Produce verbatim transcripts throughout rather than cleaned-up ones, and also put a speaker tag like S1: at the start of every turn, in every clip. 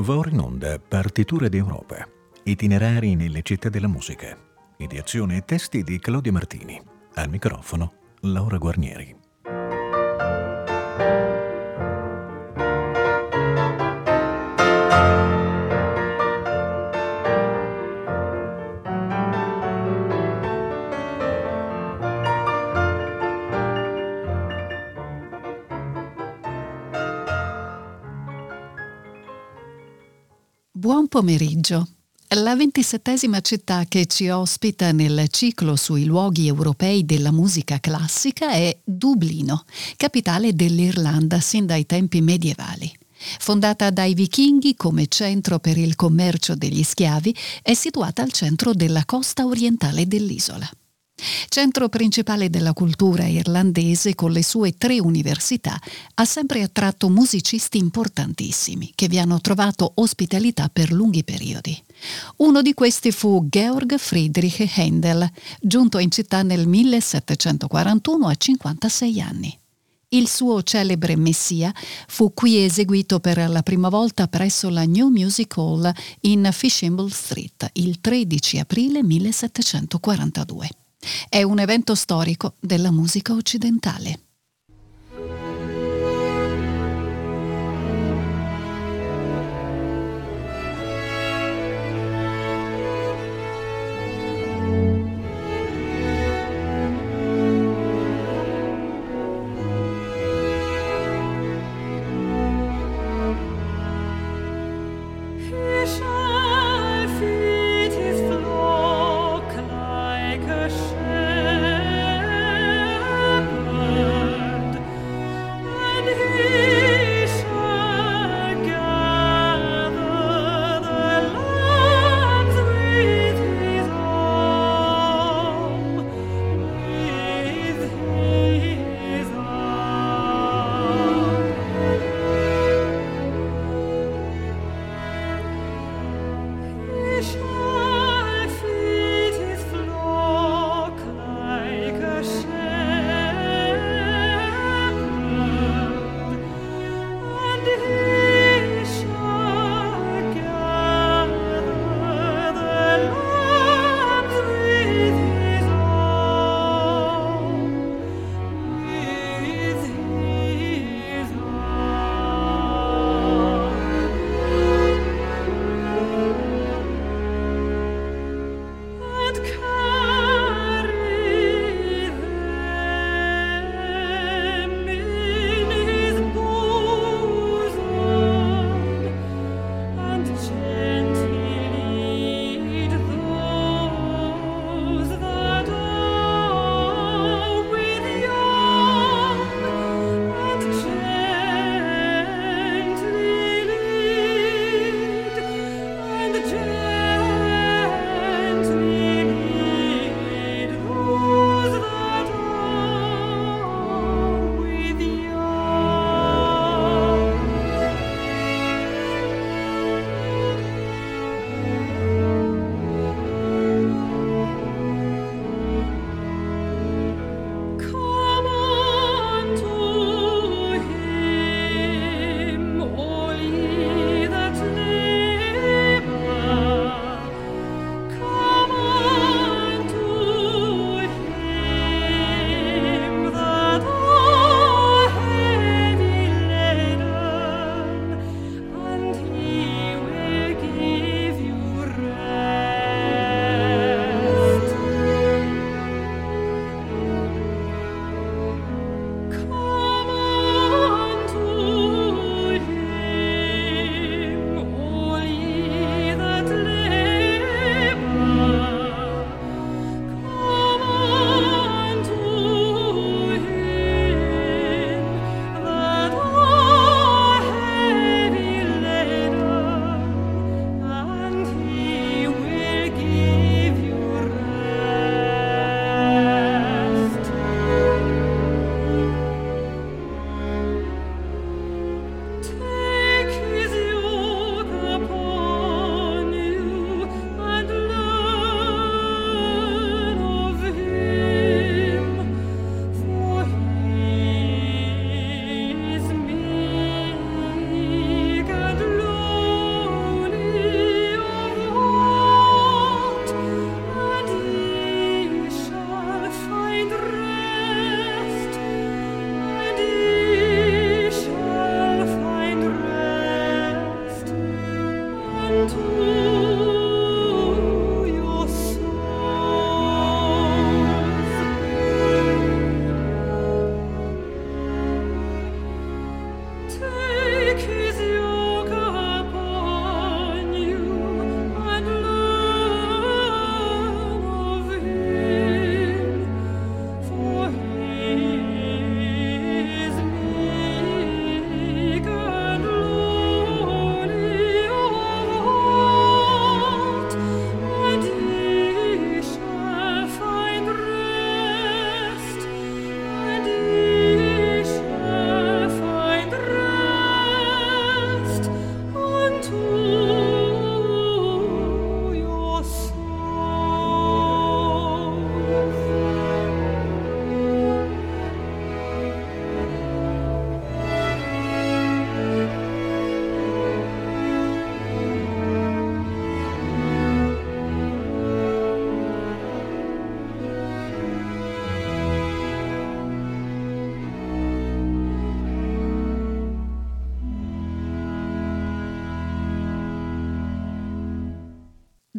S1: Va ora in onda Partiture d'Europa, itinerari nelle città della musica. Ideazione e testi di Claudia Martini. Al microfono Laura Guarnieri.
S2: Buon pomeriggio. La ventisettesima città che ci ospita nel ciclo sui luoghi europei della musica classica è Dublino, capitale dell'Irlanda sin dai tempi medievali. Fondata dai vichinghi come centro per il commercio degli schiavi, è situata al centro della costa orientale dell'isola. Centro principale della cultura irlandese, con le sue tre università, ha sempre attratto musicisti importantissimi che vi hanno trovato ospitalità per lunghi periodi. Uno di questi fu Georg Friedrich Händel, giunto in città nel millesettecentoquarantuno a cinquantasei anni. Il suo celebre Messia fu qui eseguito per la prima volta presso la New Music Hall in Fishamble Street il tredici aprile millesettecentoquarantadue. È un evento storico della musica occidentale.
S3: Shepherd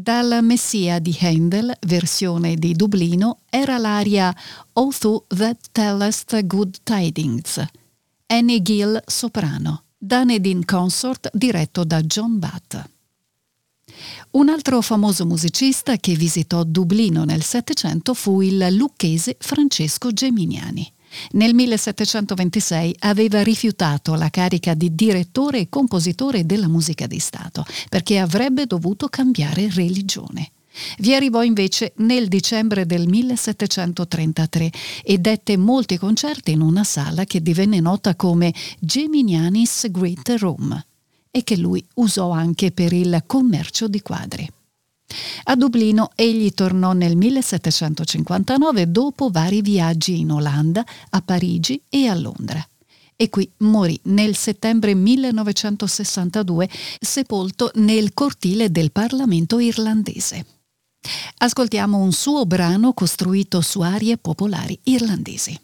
S2: Dal Messia di Handel, versione di Dublino, era l'aria O Thou That Tellest Good Tidings, Annie Gill soprano, Dunedin Consort diretto da John Butt. Un altro famoso musicista che visitò Dublino nel Settecento fu il lucchese Francesco Geminiani. Nel millesettecentoventisei aveva rifiutato la carica di direttore e compositore della musica di Stato perché avrebbe dovuto cambiare religione. Vi arrivò invece nel dicembre del millesettecentotrentatré e dette molti concerti in una sala che divenne nota come Geminiani's Great Room e che lui usò anche per il commercio di quadri. A Dublino egli tornò nel millesettecentocinquantanove dopo vari viaggi in Olanda, a Parigi e a Londra. E qui morì nel settembre millenovecentosessantadue, sepolto nel cortile del Parlamento irlandese. Ascoltiamo un suo brano costruito su arie popolari irlandesi.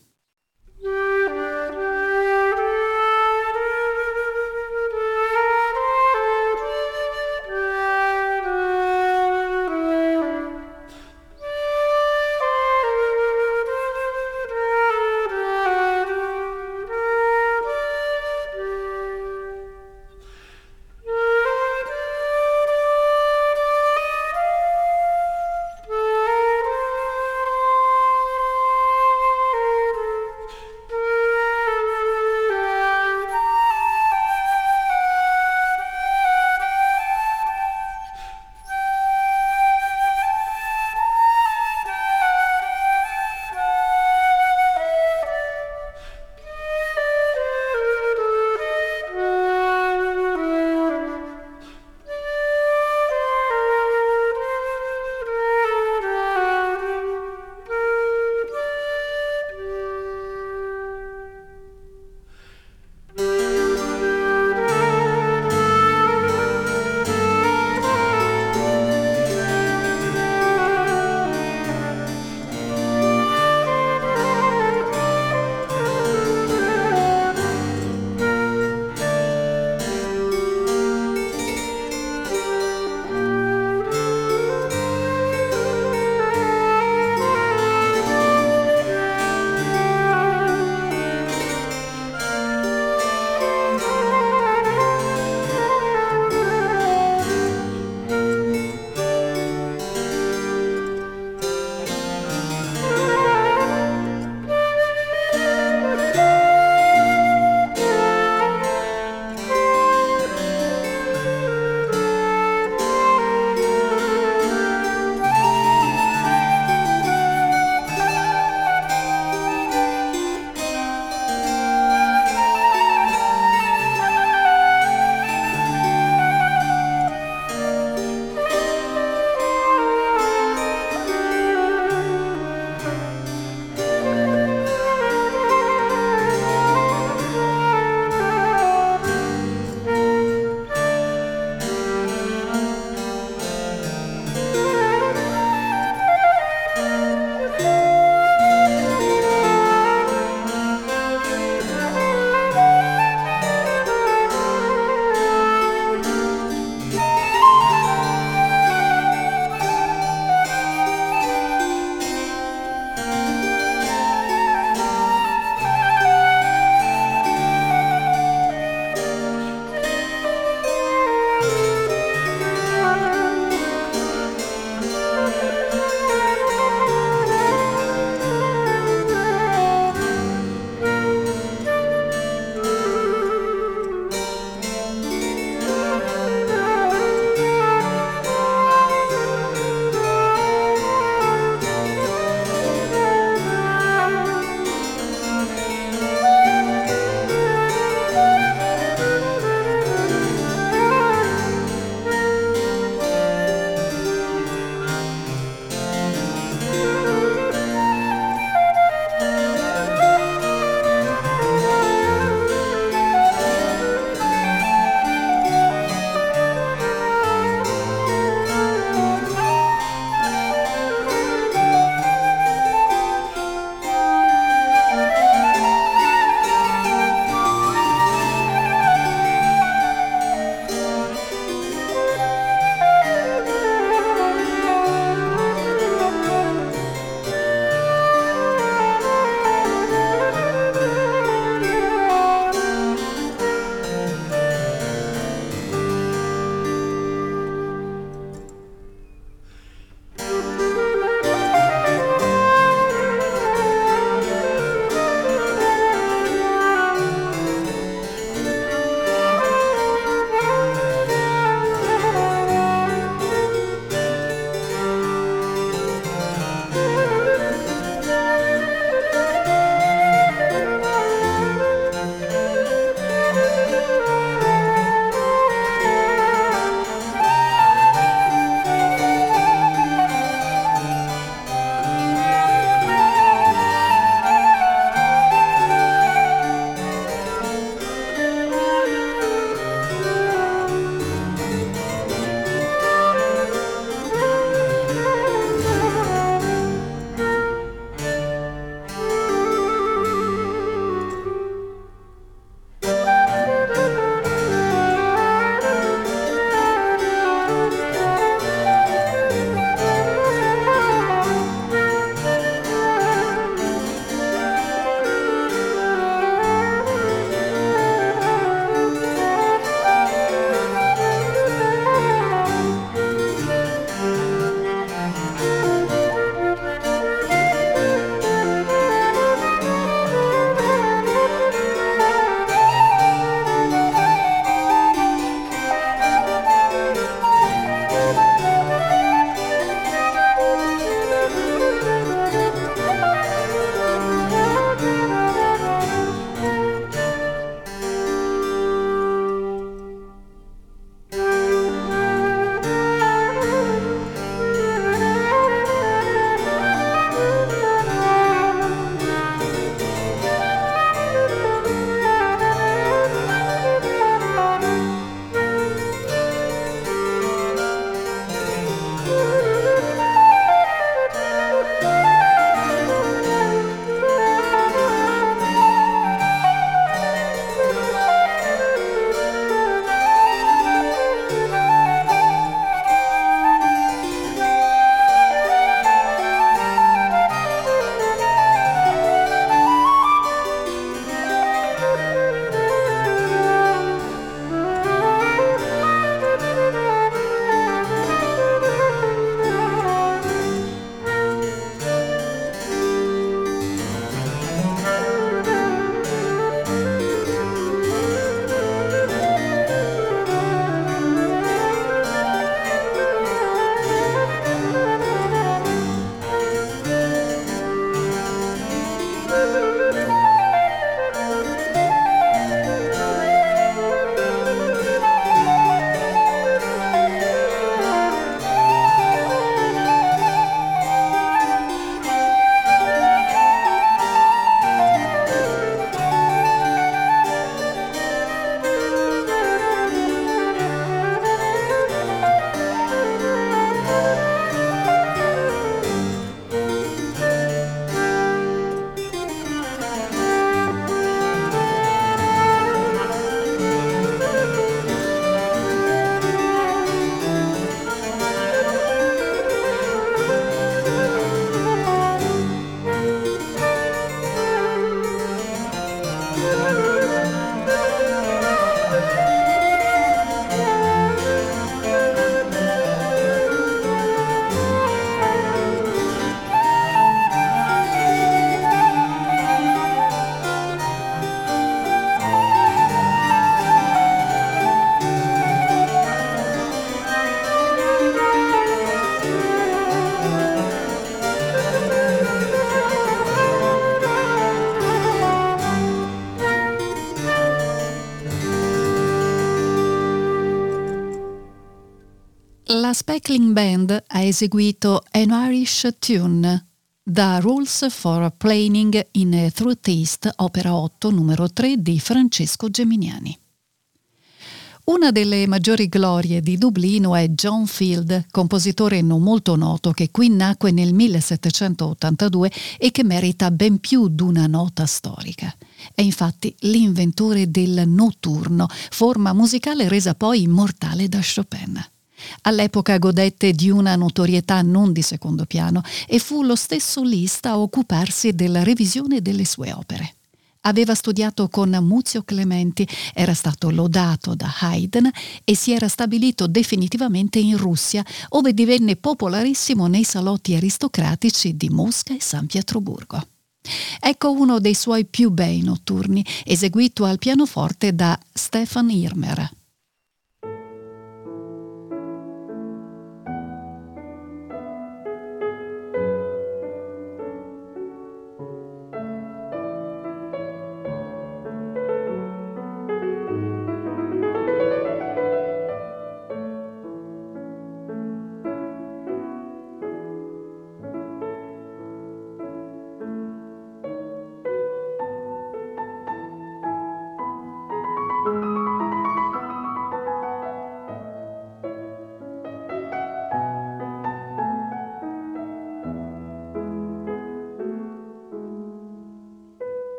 S2: La Speckling Band ha eseguito An Irish Tune, The Rules for Playing in a True Taste, opera otto, numero tre di Francesco Geminiani. Una delle maggiori glorie di Dublino è John Field, compositore non molto noto che qui nacque nel millesettecentottantadue e che merita ben più d'una nota storica. È infatti l'inventore del notturno, forma musicale resa poi immortale da Chopin. All'epoca godette di una notorietà non di secondo piano e fu lo stesso Liszt a occuparsi della revisione delle sue opere. Aveva studiato con Muzio Clementi, era stato lodato da Haydn e si era stabilito definitivamente in Russia, ove divenne popolarissimo nei salotti aristocratici di Mosca e San Pietroburgo. Ecco uno dei suoi più bei notturni, eseguito al pianoforte da Stefan Irmer.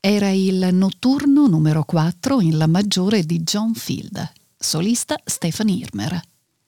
S2: era il notturno numero quattro in La maggiore di John Field, solista Stefan Irmer.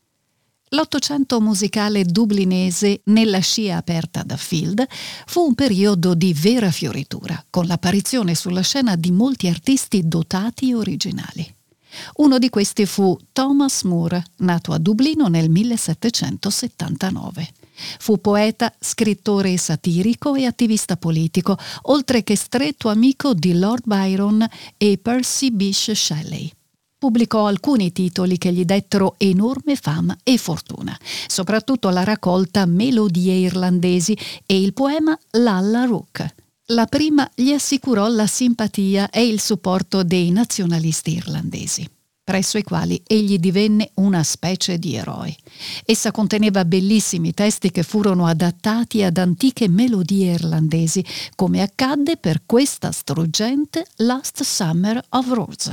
S2: L'Ottocento musicale dublinese nella scia aperta da Field fu un periodo di vera fioritura, con l'apparizione sulla scena di molti artisti dotati e originali. Uno di questi fu Thomas Moore, nato a Dublino nel millesettecentosettantanove. Fu poeta, scrittore satirico e attivista politico, oltre che stretto amico di Lord Byron e Percy Bysshe Shelley. Pubblicò alcuni titoli che gli dettero enorme fama e fortuna, soprattutto la raccolta Melodie irlandesi e il poema Lalla Rookh. La prima gli assicurò la simpatia e il supporto dei nazionalisti irlandesi, presso i quali egli divenne una specie di eroe. Essa conteneva bellissimi testi che furono adattati ad antiche melodie irlandesi, come accadde per questa struggente Last Summer of Rose.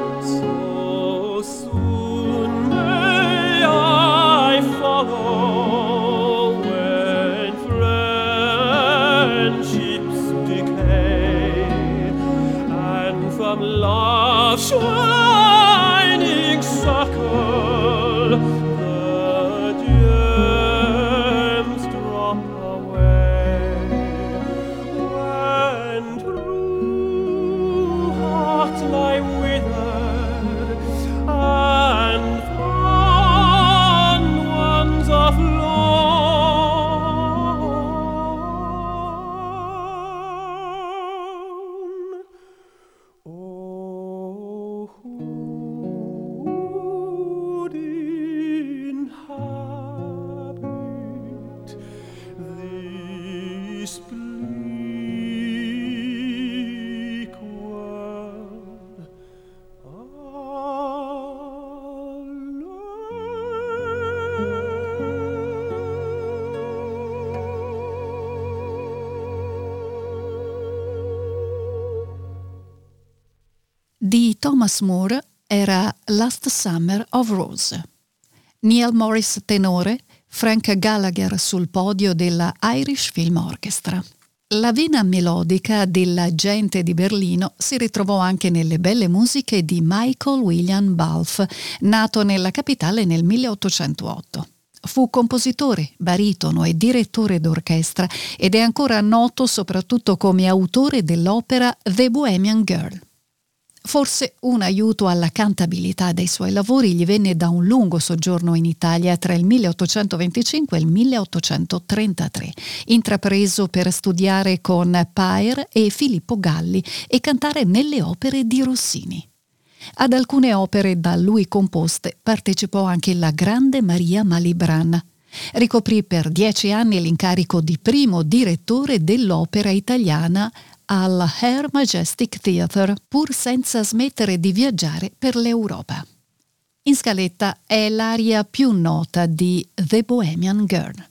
S3: So soon may I follow
S2: di Thomas Moore era Last Summer of Rose. Neil Morris tenore, Frank Gallagher sul podio della Irish Film Orchestra. La vena melodica della gente di Berlino si ritrovò anche nelle belle musiche di Michael William Balfe, nato nella capitale nel milleottocentootto. Fu compositore, baritono e direttore d'orchestra ed è ancora noto soprattutto come autore dell'opera The Bohemian Girl. Forse un aiuto alla cantabilità dei suoi lavori gli venne da un lungo soggiorno in Italia tra il milleottocentoventicinque e il milleottocentotrentatré, intrapreso per studiare con Paer e Filippo Galli e cantare nelle opere di Rossini. Ad alcune opere da lui composte partecipò anche la grande Maria Malibran. Ricoprì per dieci anni l'incarico di primo direttore dell'opera italiana al Her Majestic Theatre, pur senza smettere di viaggiare per l'Europa. In scaletta è l'aria più nota di The Bohemian Girl.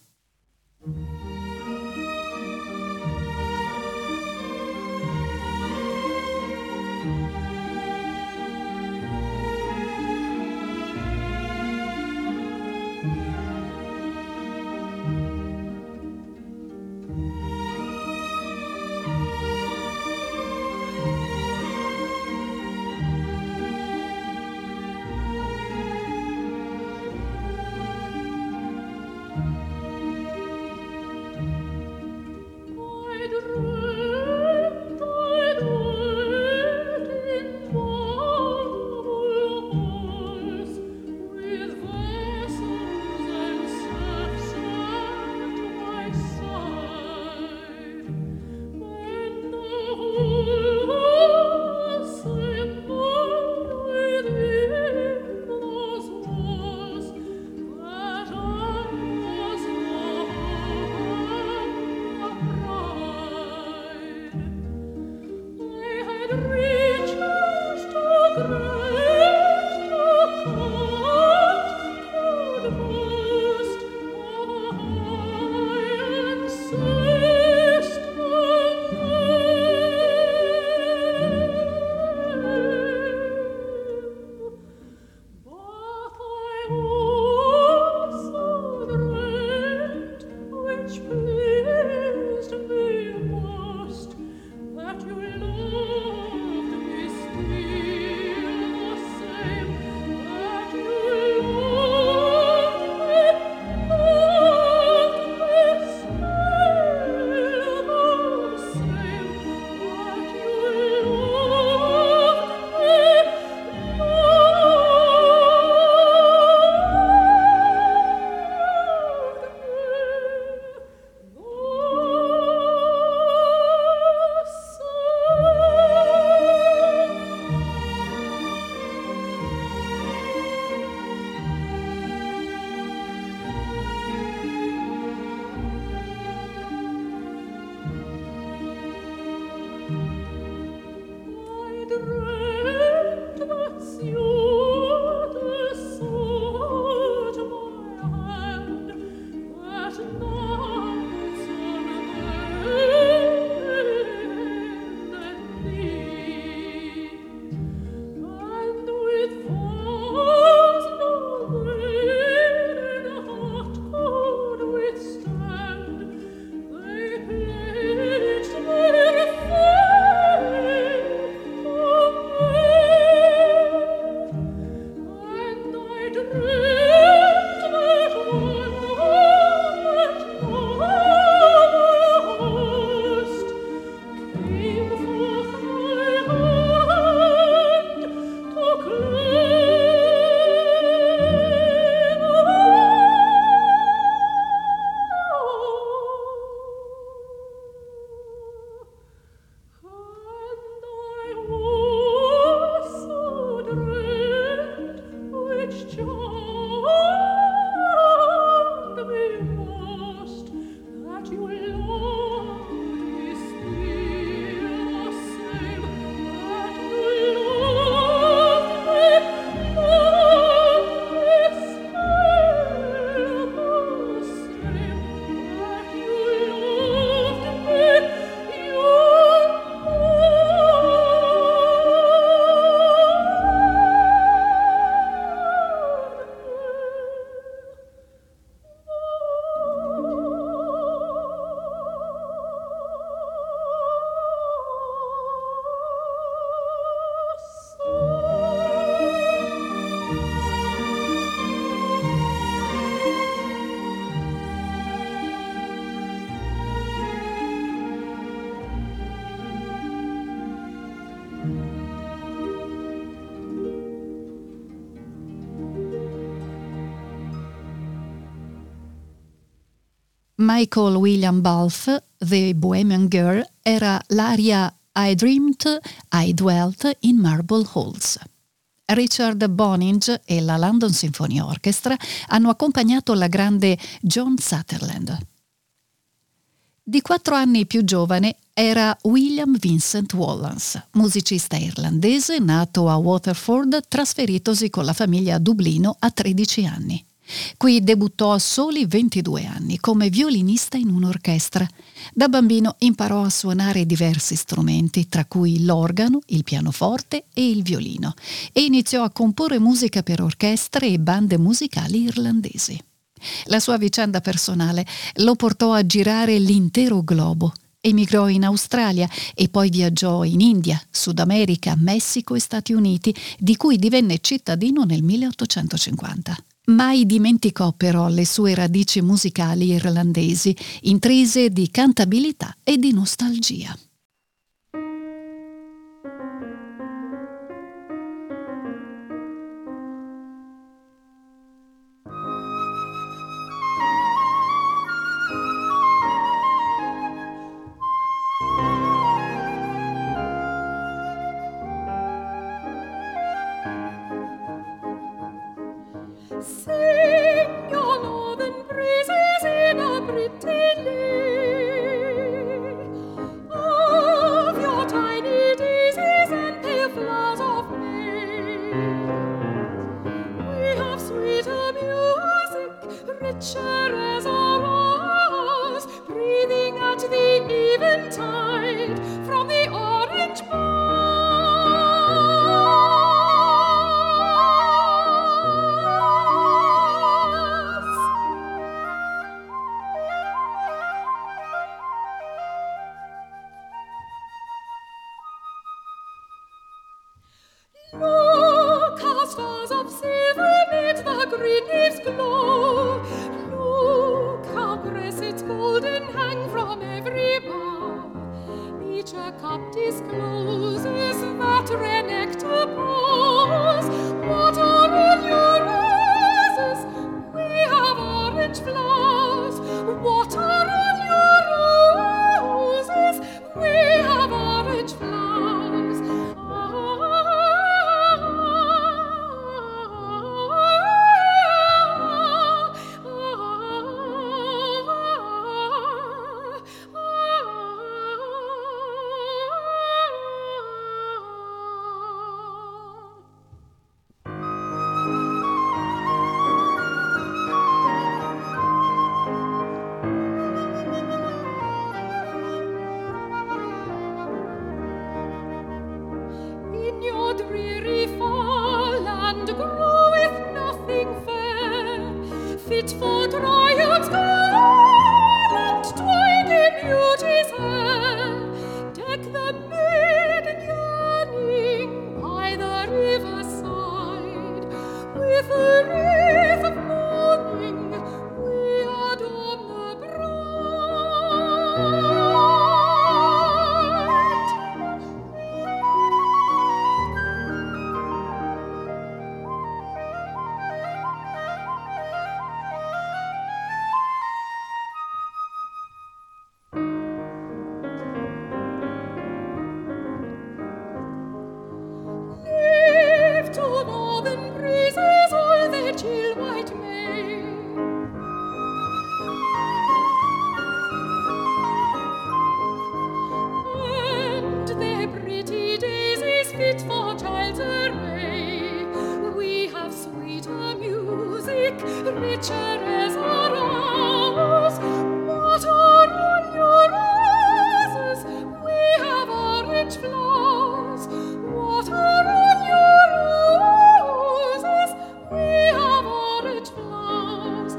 S3: Joy
S2: Michael William Balfe, The Bohemian Girl, era l'aria I Dreamed, I Dwelt in Marble Halls. Richard Boninge e la London Symphony Orchestra hanno accompagnato la grande John Sutherland. Di quattro anni più giovane era William Vincent Wallace, musicista irlandese nato a Waterford, trasferitosi con la famiglia a Dublino a tredici anni. Qui debuttò a soli ventidue anni come violinista in un'orchestra. Da bambino imparò a suonare diversi strumenti, tra cui l'organo, il pianoforte e il violino, e iniziò a comporre musica per orchestre e bande musicali irlandesi. La sua vicenda personale lo portò a girare l'intero globo. Emigrò in Australia e poi viaggiò in India, Sud America, Messico e Stati Uniti, di cui divenne cittadino nel milleottocentocinquanta. Mai dimenticò però le sue radici musicali irlandesi, intrise di cantabilità e di nostalgia.
S3: Sing your northern breezes in a pretty lay of your tiny daisies and pale flowers of May. We have sweeter music, richer as our hours, breathing at the eventide from the orange bough. Look how stars of silver mid the green leaves glow. Look how cressets golden hang from every bough. Each a cup discloses that rare nectar pours. What are all your roses? We have orange flowers. What are all your roses? We have orange flowers. In your dreary far land groweth nothing fair, fit for triumph's garland twined in beauty's hair. Deck the maiden yearning by the riverside with a wreath of mourning. We adorn the bride. Live to northern breezes all the chill white May. And their pretty daisies fit for child's array. We have sweeter music, richer as our hours. What are all your roses? We have orange flowers. What are all your roses? We have orange flowers.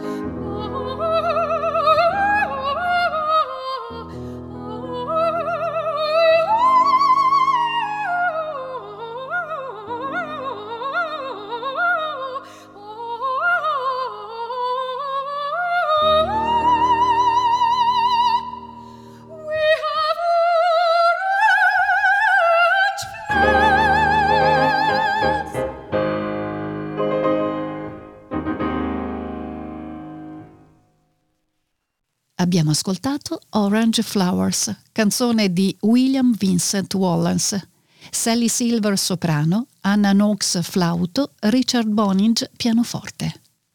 S2: Abbiamo ascoltato Orange Flowers, canzone di William Vincent Wallace. Sally Silver soprano, Anna Knox flauto, Richard Boninge pianoforte.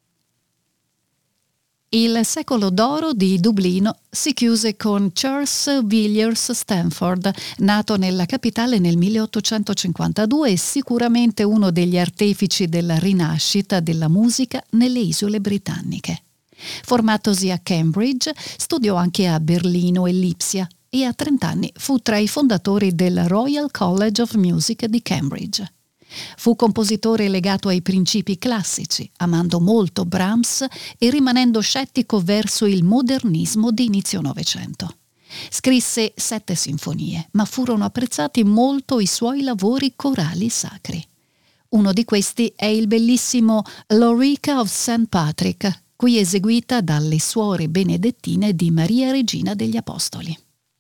S2: Il secolo d'oro di Dublino si chiuse con Charles Villiers Stanford, nato nella capitale nel milleottocentocinquantadue e sicuramente uno degli artefici della rinascita della musica nelle isole britanniche. Formatosi a Cambridge, studiò anche a Berlino e Lipsia e a trent'anni fu tra i fondatori del Royal College of Music di Cambridge. Fu compositore legato ai principi classici, amando molto Brahms e rimanendo scettico verso il modernismo di inizio Novecento. Scrisse sette sinfonie, ma furono apprezzati molto i suoi lavori corali sacri. Uno di questi è il bellissimo Lorica of Saint Patrick, qui eseguita dalle suore benedettine di Maria Regina degli Apostoli.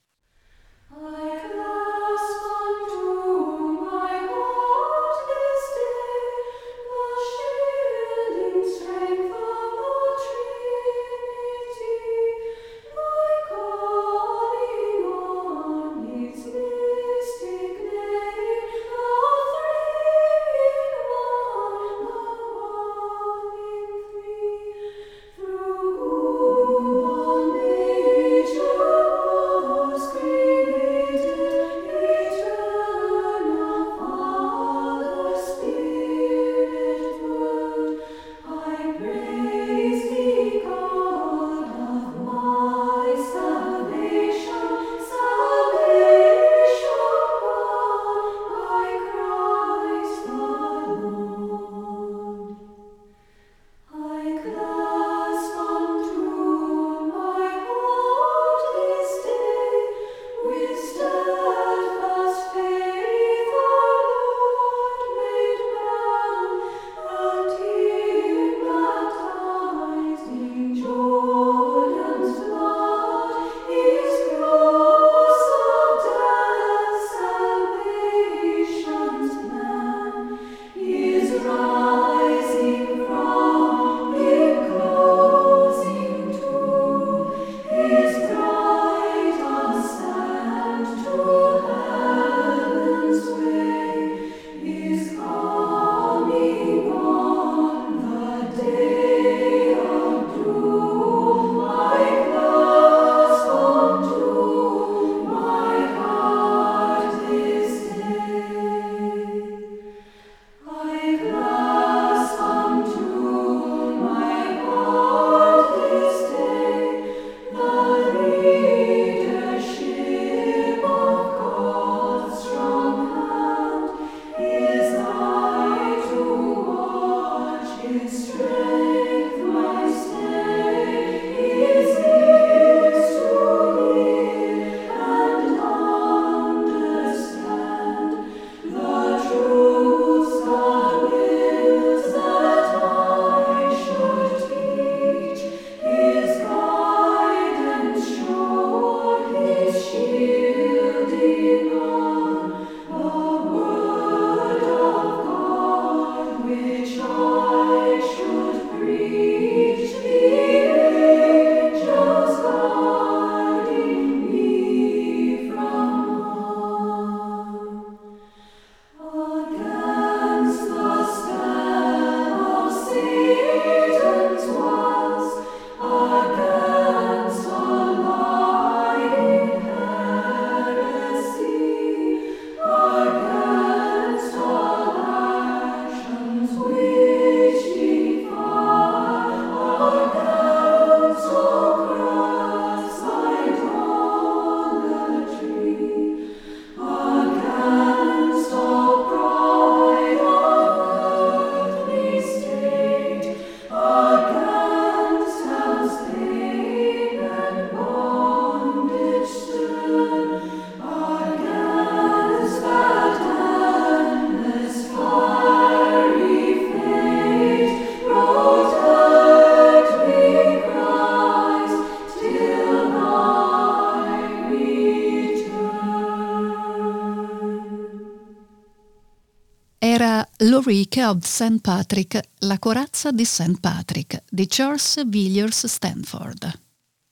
S2: Lorica of Saint Patrick, la corazza di Saint Patrick, di Charles Villiers Stanford.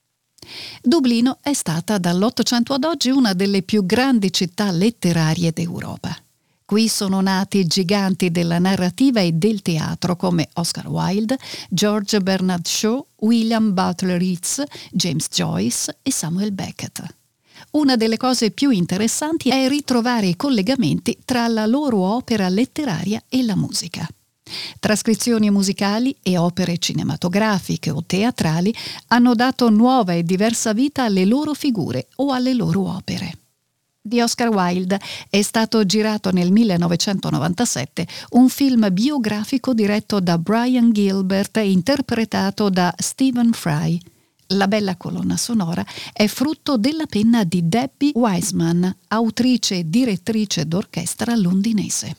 S2: Dublino è stata dall'Ottocento ad oggi una delle più grandi città letterarie d'Europa. Qui sono nati giganti della narrativa e del teatro come Oscar Wilde, George Bernard Shaw, William Butler Yeats, James Joyce e Samuel Beckett. Una delle cose più interessanti è ritrovare i collegamenti tra la loro opera letteraria e la musica. Trascrizioni musicali e opere cinematografiche o teatrali hanno dato nuova e diversa vita alle loro figure o alle loro opere. Di Oscar Wilde è stato girato nel millenovecentonovantasette un film biografico diretto da Brian Gilbert e interpretato da Stephen Fry. La bella colonna sonora è frutto della penna di Debbie Wiseman, autrice e direttrice d'orchestra londinese.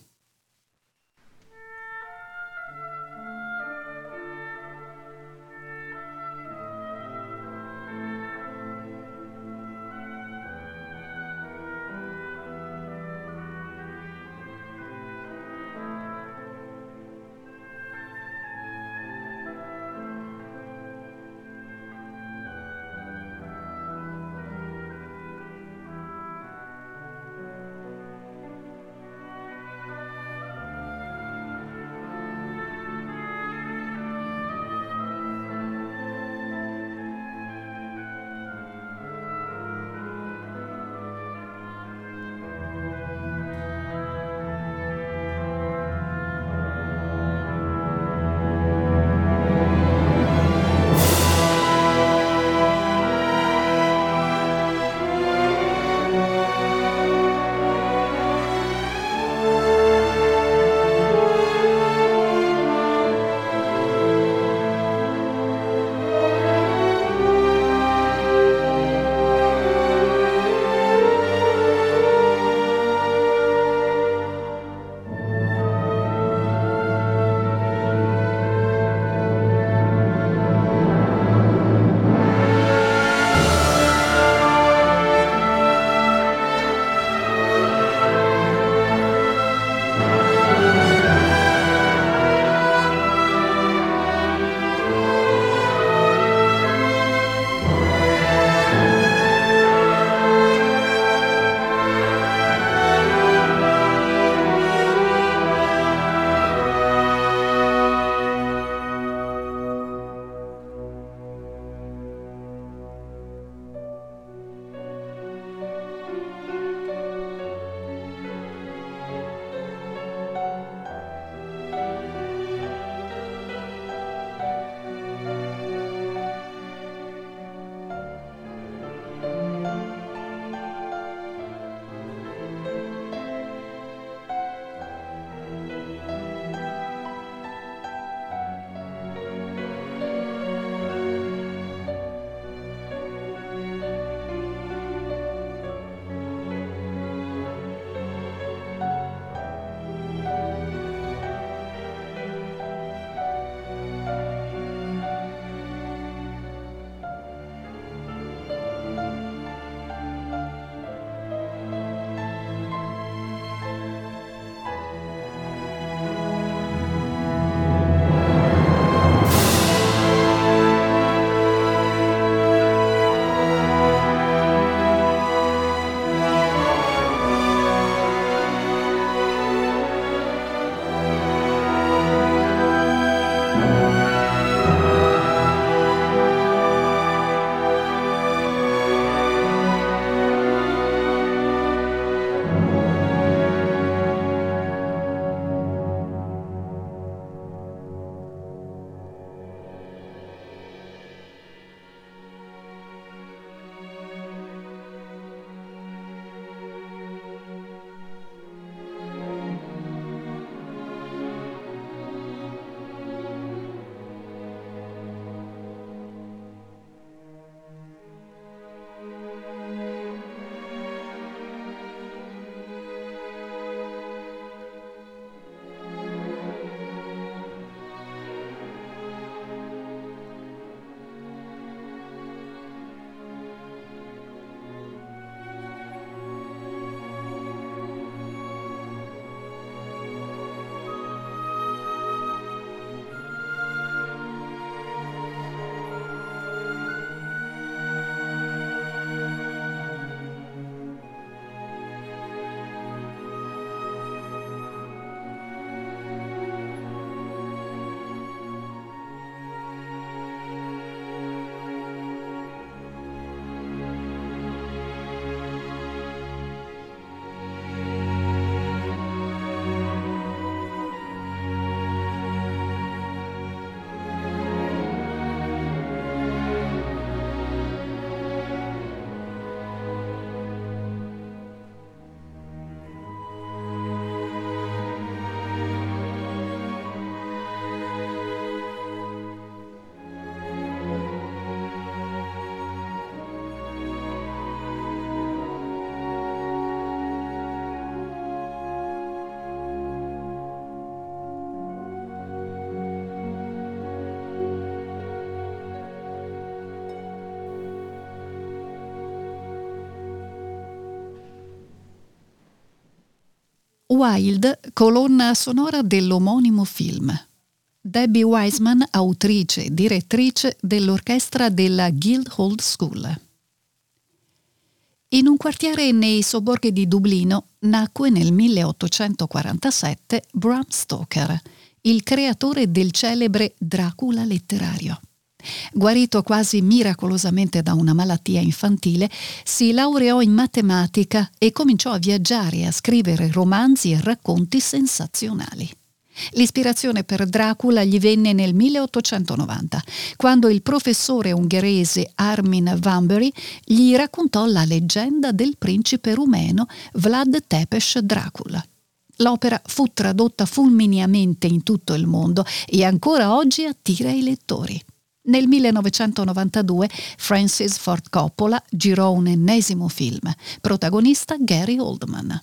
S2: Wild, colonna sonora dell'omonimo film. Debbie Wiseman, autrice e direttrice dell'orchestra della Guildhall School. In un quartiere nei sobborghi di Dublino nacque nel milleottocentoquarantasette Bram Stoker, il creatore del celebre Dracula letterario. Guarito quasi miracolosamente da una malattia infantile, si laureò in matematica e cominciò a viaggiare e a scrivere romanzi e racconti sensazionali. L'ispirazione per Dracula gli venne nel milleottocentonovanta, quando il professore ungherese Armin Vanbury gli raccontò la leggenda del principe rumeno Vlad Tepes Dracula. L'opera fu tradotta fulmineamente in tutto il mondo e ancora oggi attira i lettori. Nel millenovecentonovantadue Francis Ford Coppola girò un ennesimo film, protagonista Gary Oldman.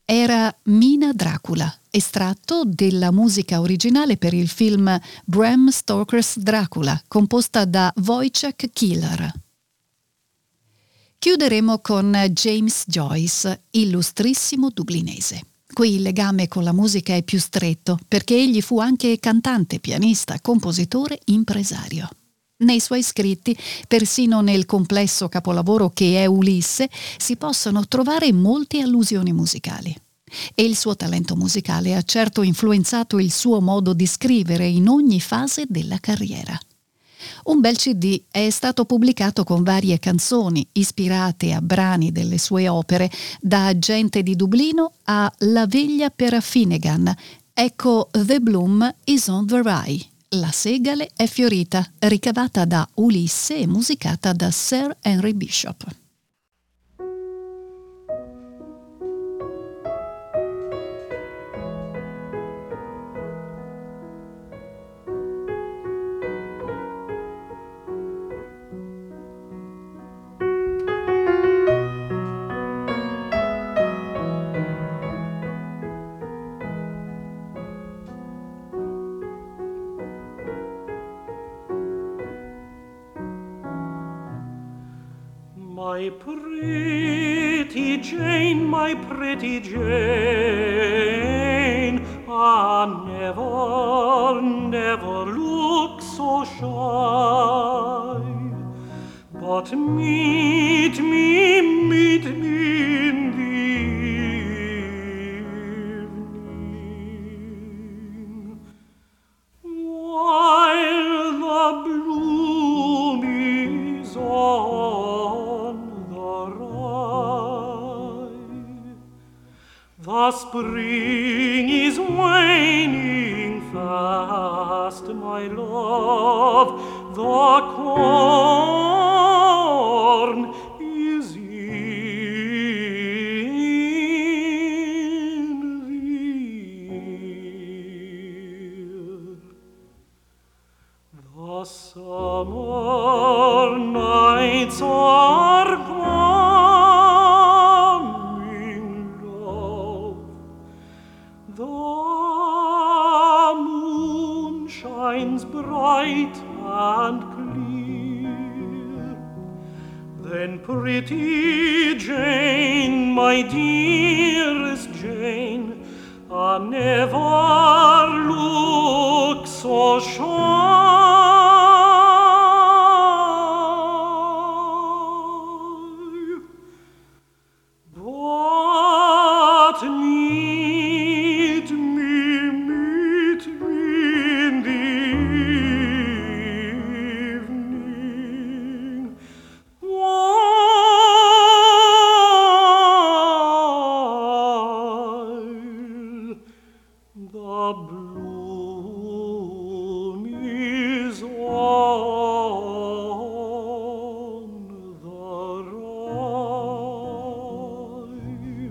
S2: era Mina Dracula, estratto della musica originale per il film Bram Stoker's Dracula, composta da Wojciech Kilar. Chiuderemo con James Joyce, illustrissimo dublinese. Qui il legame con la musica è più stretto, perché egli fu anche cantante, pianista, compositore, impresario. Nei suoi scritti, persino nel complesso capolavoro che è Ulisse, si possono trovare molte allusioni musicali. E il suo talento musicale ha certo influenzato il suo modo di scrivere in ogni fase della carriera. Un bel C D è stato pubblicato con varie canzoni ispirate a brani delle sue opere, da Gente di Dublino a La veglia per Finnegan. Ecco The Bloom is on the Rye. La segale è fiorita, ricavata da Ulisse e musicata da Sir Henry Bishop.
S4: My pretty Jane, my pretty Jane, ah, never, never look so shy. But meet me, meet me in the evening, while the bloom is on the rye. The spring is waning fast, my love, the corn is in the ear. The summer nights are coming, love. The moon shines bright and clear. Then pretty Jane, my dearest Jane, I never look so shy. But meet me, meet me in the evening, while the bloom is on the rye.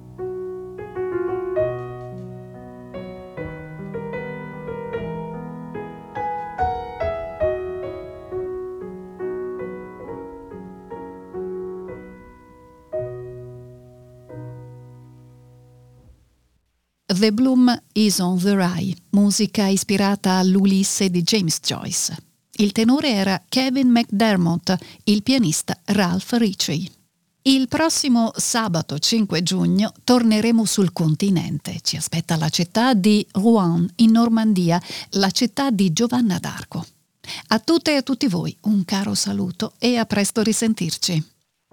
S2: The Bloom is on the Rye, musica ispirata all'Ulisse di James Joyce. Il tenore era Kevin McDermott, il pianista Ralph Ritchie. Il prossimo sabato cinque giugno torneremo sul continente. Ci aspetta la città di Rouen, in Normandia, la città di Giovanna d'Arco. A tutte e a tutti voi un caro saluto e a presto risentirci.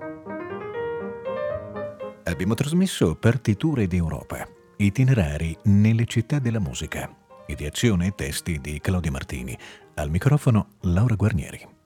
S1: Abbiamo trasmesso Partiture d'Europa, itinerari nelle città della musica. Ideazione e testi di Claudia Martini. Al microfono Laura Guarnieri.